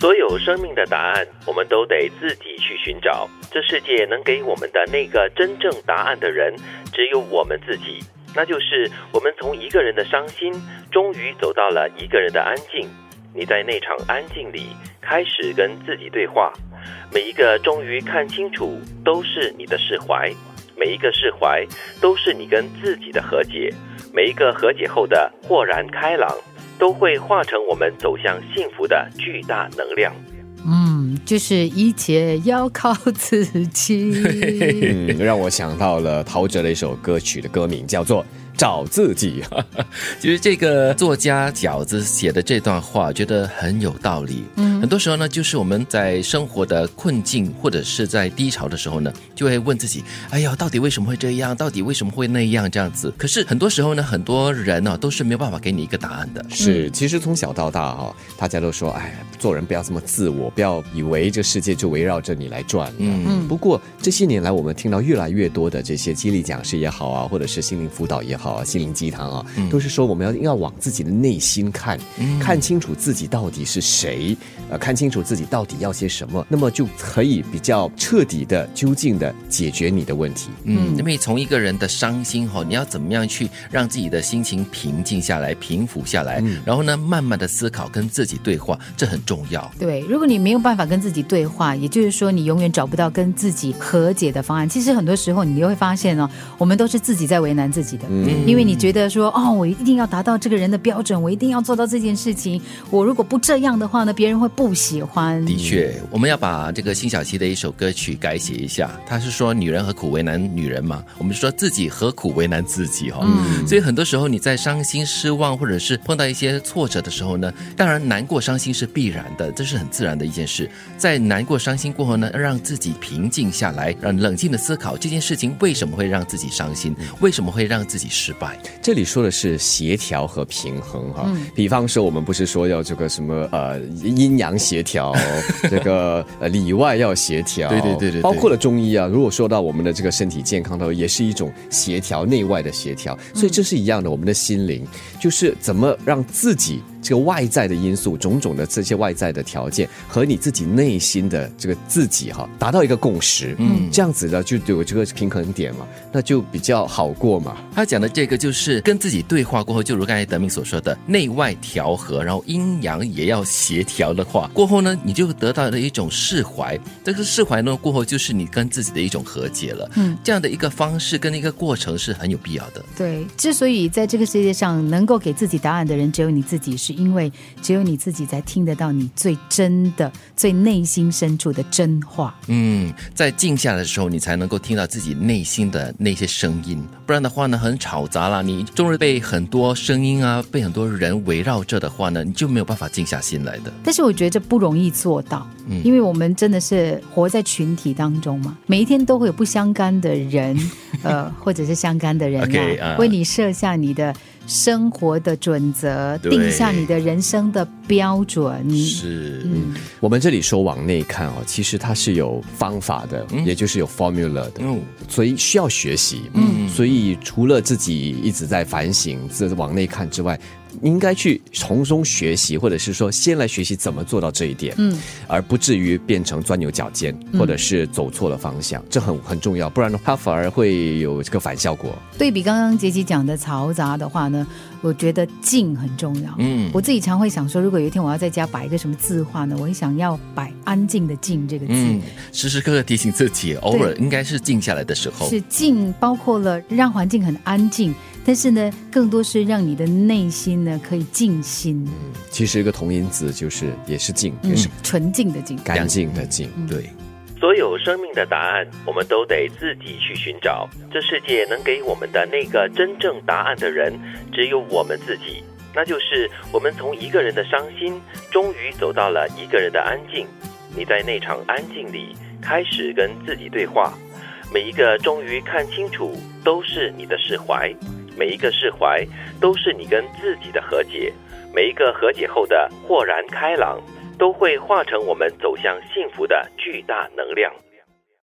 所有生命的答案，我们都得自己去寻找。这世界能给我们的那个真正答案的人，只有我们自己。那就是我们从一个人的伤心，终于走到了一个人的安静。你在那场安静里，开始跟自己对话。每一个终于看清楚，都是你的释怀；每一个释怀，都是你跟自己的和解；每一个和解后的豁然开朗，都会化成我们走向幸福的巨大能量。 就是一切要靠自己。 让我想到了陶喆的一首歌曲的歌名，叫做找自己。 其实这个作家饺子写的这段话觉得很有道理。很多时候呢，就是我们在生活的困境或者是在低潮的时候呢，就会问自己，哎呀，到底为什么会这样，到底为什么会那样，这样子。可是很多时候呢，很多人都是没有办法给你一个答案的。 是，其实从小到大大家都说，做人不要这么自我，不要以为这世界就围绕着你来转。不过这些年来我们听到越来越多的这些激励讲师也好或者是心灵辅导也好心灵鸡汤都是说我们要往自己的内心看，看清楚自己到底是谁，看清楚自己到底要些什么，那么就可以比较彻底的究竟的解决你的问题。 因为从一个人的伤心你要怎么样去让自己的心情平静下来，平复下来，然后呢慢慢的思考，跟自己对话，这很重要。 对，如果你没有办法跟自己对话，也就是说你永远找不到跟自己和解的方案。其实很多时候你就会发现我们都是自己在为难自己的。因为你觉得说我一定要达到这个人的标准，我一定要做到这件事情，我如果不这样的话呢，别人会不喜欢。 的确，我们要把这个辛晓琪的一首歌曲改写一下，他是说女人何苦为难女人嘛，我们说自己何苦为难自己所以很多时候你在伤心失望或者是碰到一些挫折的时候呢，当然难过伤心是必然的，这是很自然的一件事。在难过伤心过后呢，让自己平静下来，让冷静的思考这件事情为什么会让自己伤心，为什么会让自己失败。 这里说的是协调和平衡比方说我们不是说要这个什么阴阳协调这个里外要协调，对，包括了中医如果说到我们的这个身体健康的也是一种协调，内外的协调。所以这是一样的，我们的心灵就是怎么让自己这个外在的因素，种种的这些外在的条件和你自己内心的这个自己达到一个共识，这样子的就有这个平衡点嘛，那就比较好过嘛。 他讲的这个就是跟自己对话过后，就如刚才德明所说的内外调和，然后阴阳也要协调的话，过后呢你就得到了一种释怀。这个释怀呢过后就是你跟自己的一种和解了。这样的一个方式跟一个过程是很有必要的。 对，之所以在这个世界上能够给自己答案的人只有你自己，是因为只有你自己才听得到你最真的最内心深处的真话。 在静下来的时候你才能够听到自己内心的那些声音，不然的话呢很吵杂啦，你终日被很多声音被很多人围绕着的话呢，你就没有办法静下心来的。 但是我觉得这不容易做到，因为我们真的是活在群体当中嘛，每一天都会有不相干的人或者是相干的人为你设下你的生活的准则，定下你的人生的标准。 是我们这里说往内看其实它是有方法的，也就是有 formula 的，所以需要学习。所以除了自己一直在反省往内看之外，应该去从中学习，或者是说先来学习怎么做到这一点，而不至于变成钻牛角尖，或者是走错了方向，这很重要，不然它反而会有这个反效果。 对比刚刚杰奇讲的嘈杂的话呢，我觉得静很重要。我自己常会想说，如果有一天我要在家摆一个什么字画呢，我会想要摆安静的静这个字。 时时刻刻提醒自己，偶尔应该是静下来的时候。 是静包括了让环境很安静，但是呢更多是让你的内心呢可以静心。 其实一个同音字也是静，也是纯净的静， 干净的净。 对， 所有生命的答案，我们都得自己去寻找。这世界能给我们的那个真正答案的人，只有我们自己。那就是我们从一个人的伤心，终于走到了一个人的安静。你在那场安静里，开始跟自己对话。每一个终于看清楚，都是你的释怀；每一个释怀，都是你跟自己的和解；每一个和解后的豁然开朗，都会化成我们走向幸福的巨大能量。